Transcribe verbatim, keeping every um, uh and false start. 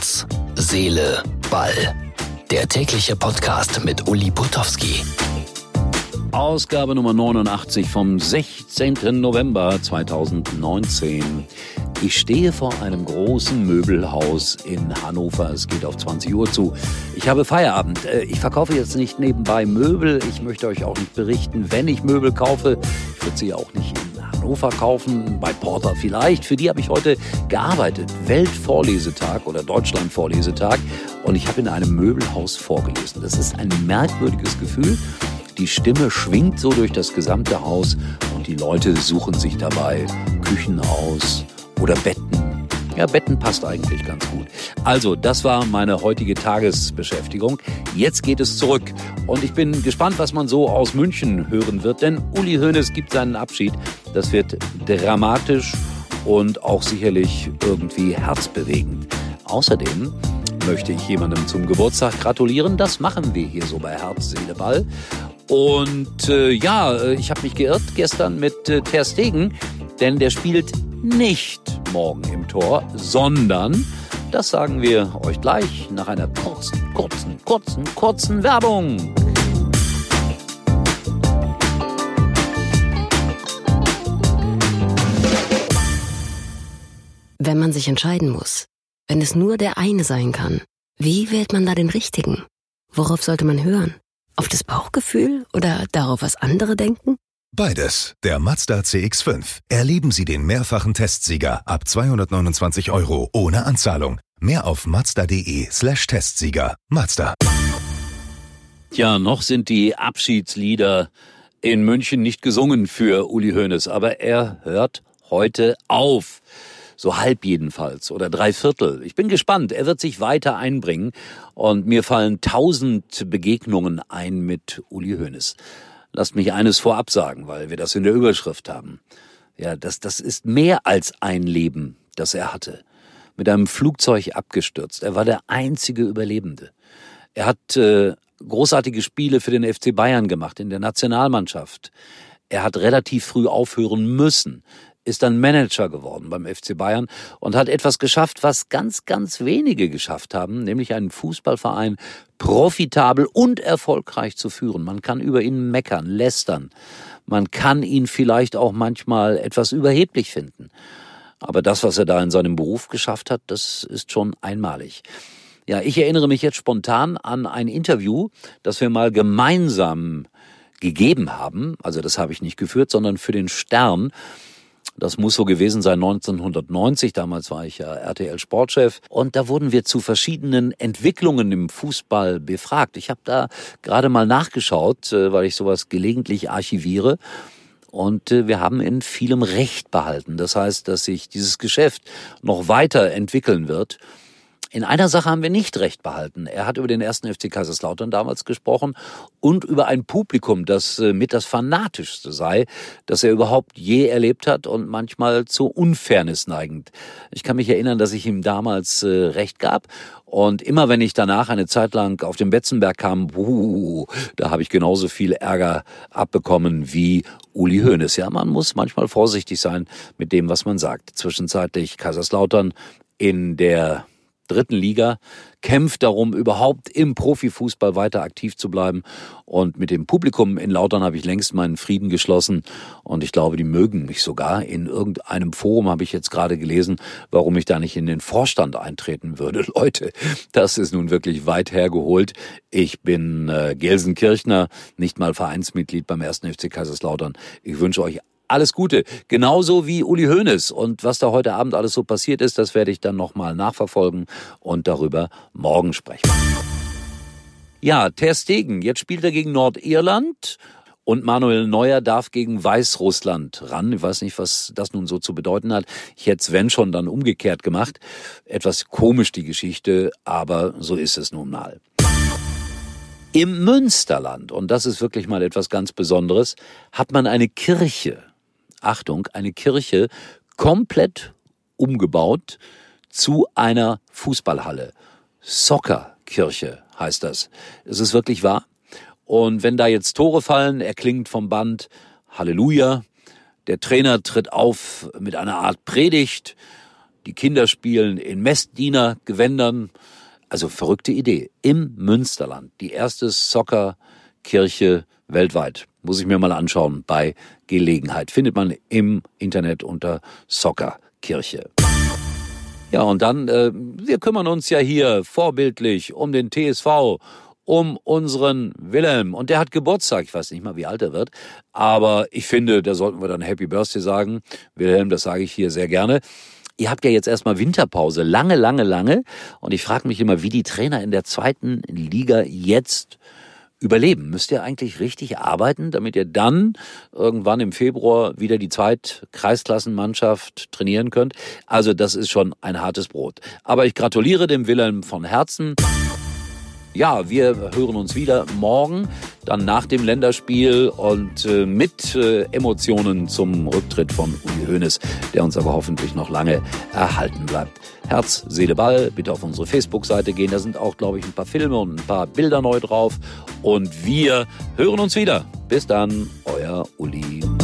Herz, Seele, Ball. Der tägliche Podcast mit Uli Putowski. Ausgabe Nummer neunundachtzig vom sechzehnten November zweitausendneunzehn. Ich stehe vor einem großen Möbelhaus in Hannover. Es geht auf zwanzig Uhr zu. Ich habe Feierabend. Ich verkaufe jetzt nicht nebenbei Möbel. Ich möchte euch auch nicht berichten, wenn ich Möbel kaufe. Ich würde sie auch nicht in Hannover kaufen, bei Porter vielleicht. Für die habe ich heute gearbeitet. Weltvorlesetag oder Deutschland-Vorlesetag. Und ich habe in einem Möbelhaus vorgelesen. Das ist ein merkwürdiges Gefühl. Die Stimme schwingt so durch das gesamte Haus und die Leute suchen sich dabei Küchen aus oder Betten. Ja, Betten passt eigentlich ganz gut. Also, das war meine heutige Tagesbeschäftigung. Jetzt geht es zurück und ich bin gespannt, was man so aus München hören wird, denn Uli Hoeneß gibt seinen Abschied. Das wird dramatisch und auch sicherlich irgendwie herzbewegend. Außerdem möchte ich jemandem zum Geburtstag gratulieren. Das machen wir hier so bei Herz, Seele, Ball. Und äh, ja, ich habe mich geirrt gestern mit äh, Ter Stegen, denn der spielt nicht morgen im Tor, sondern, das sagen wir euch gleich nach einer kurzen, kurzen, kurzen, kurzen Werbung. Wenn man sich entscheiden muss, wenn es nur der eine sein kann, wie wählt man da den richtigen? Worauf sollte man hören? Auf das Bauchgefühl oder darauf, was andere denken? Beides. Der Mazda C X fünf. Erleben Sie den mehrfachen Testsieger ab zweihundertneunundzwanzig Euro ohne Anzahlung. Mehr auf mazda.de slash Testsieger. Mazda. Ja, noch sind die Abschiedslieder in München nicht gesungen für Uli Hoeneß, aber er hört heute auf. So halb jedenfalls oder drei Viertel. Ich bin gespannt. Er wird sich weiter einbringen und mir fallen tausend Begegnungen ein mit Uli Hoeneß. Lasst mich eines vorab sagen, weil wir das in der Überschrift haben. Ja, das, das ist mehr als ein Leben, das er hatte. Mit einem Flugzeug abgestürzt. Er war der einzige Überlebende. Er hat äh, großartige Spiele für den F C Bayern gemacht in der Nationalmannschaft. Er hat relativ früh aufhören müssen. Ist dann Manager geworden beim F C Bayern und hat etwas geschafft, was ganz, ganz wenige geschafft haben, nämlich einen Fußballverein profitabel und erfolgreich zu führen. Man kann über ihn meckern, lästern. Man kann ihn vielleicht auch manchmal etwas überheblich finden. Aber das, was er da in seinem Beruf geschafft hat, das ist schon einmalig. Ja, ich erinnere mich jetzt spontan an ein Interview, das wir mal gemeinsam gegeben haben. Also das habe ich nicht geführt, sondern für den Stern. Das muss so gewesen sein neunzehnhundertneunzig, damals war ich ja R T L-Sportchef. Und da wurden wir zu verschiedenen Entwicklungen im Fußball befragt. Ich habe da gerade mal nachgeschaut, weil ich sowas gelegentlich archiviere. Und wir haben in vielem Recht behalten. Das heißt, dass sich dieses Geschäft noch weiter entwickeln wird. In einer Sache haben wir nicht recht behalten. Er hat über den ersten F C Kaiserslautern damals gesprochen und über ein Publikum, das mit das fanatischste sei, das er überhaupt je erlebt hat und manchmal zur Unfairness neigend. Ich kann mich erinnern, dass ich ihm damals äh, recht gab und immer wenn ich danach eine Zeit lang auf den Betzenberg kam, uh, da habe ich genauso viel Ärger abbekommen wie Uli Hoeneß. Ja, man muss manchmal vorsichtig sein mit dem, was man sagt. Zwischenzeitlich Kaiserslautern in der dritten Liga, kämpft darum, überhaupt im Profifußball weiter aktiv zu bleiben. Und mit dem Publikum in Lautern habe ich längst meinen Frieden geschlossen. Und ich glaube, die mögen mich sogar. In irgendeinem Forum habe ich jetzt gerade gelesen, warum ich da nicht in den Vorstand eintreten würde. Leute, das ist nun wirklich weit hergeholt. Ich bin äh, Gelsenkirchner, nicht mal Vereinsmitglied beim ersten F C Kaiserslautern. Ich wünsche euch alles Gute, genauso wie Uli Hoeneß. Und was da heute Abend alles so passiert ist, das werde ich dann nochmal nachverfolgen und darüber morgen sprechen. Ja, Ter Stegen, jetzt spielt er gegen Nordirland und Manuel Neuer darf gegen Weißrussland ran. Ich weiß nicht, was das nun so zu bedeuten hat. Ich hätte es, wenn schon, dann umgekehrt gemacht. Etwas komisch die Geschichte, aber so ist es nun mal. Im Münsterland, und das ist wirklich mal etwas ganz Besonderes, hat man eine Kirche, Achtung, eine Kirche komplett umgebaut zu einer Fußballhalle. Soccerkirche heißt das. Es ist wirklich wahr. Und wenn da jetzt Tore fallen, erklingt vom Band Halleluja. Der Trainer tritt auf mit einer Art Predigt. Die Kinder spielen in Messdienergewändern. Also verrückte Idee. Im Münsterland. Die erste Soccerkirche weltweit. Muss ich mir mal anschauen bei Gelegenheit. Findet man im Internet unter Soccerkirche. Ja, und dann, äh, wir kümmern uns ja hier vorbildlich um den T S V, um unseren Wilhelm. Und der hat Geburtstag. Ich weiß nicht mal, wie alt er wird. Aber ich finde, da sollten wir dann Happy Birthday sagen. Wilhelm, das sage ich hier sehr gerne. Ihr habt ja jetzt erstmal Winterpause. Lange, lange, lange. Und ich frage mich immer, wie die Trainer in der zweiten Liga jetzt überleben. Müsst ihr eigentlich richtig arbeiten, damit ihr dann irgendwann im Februar wieder die Zweitkreisklassenmannschaft trainieren könnt? Also das ist schon ein hartes Brot. Aber ich gratuliere dem Wilhelm von Herzen. Ja, wir hören uns wieder morgen, dann nach dem Länderspiel und äh, mit äh, Emotionen zum Rücktritt von Uli Hoeneß, der uns aber hoffentlich noch lange erhalten bleibt. Herz, Seele, Ball, bitte auf unsere Facebook-Seite gehen, da sind auch, glaube ich, ein paar Filme und ein paar Bilder neu drauf und wir hören uns wieder. Bis dann, euer Uli.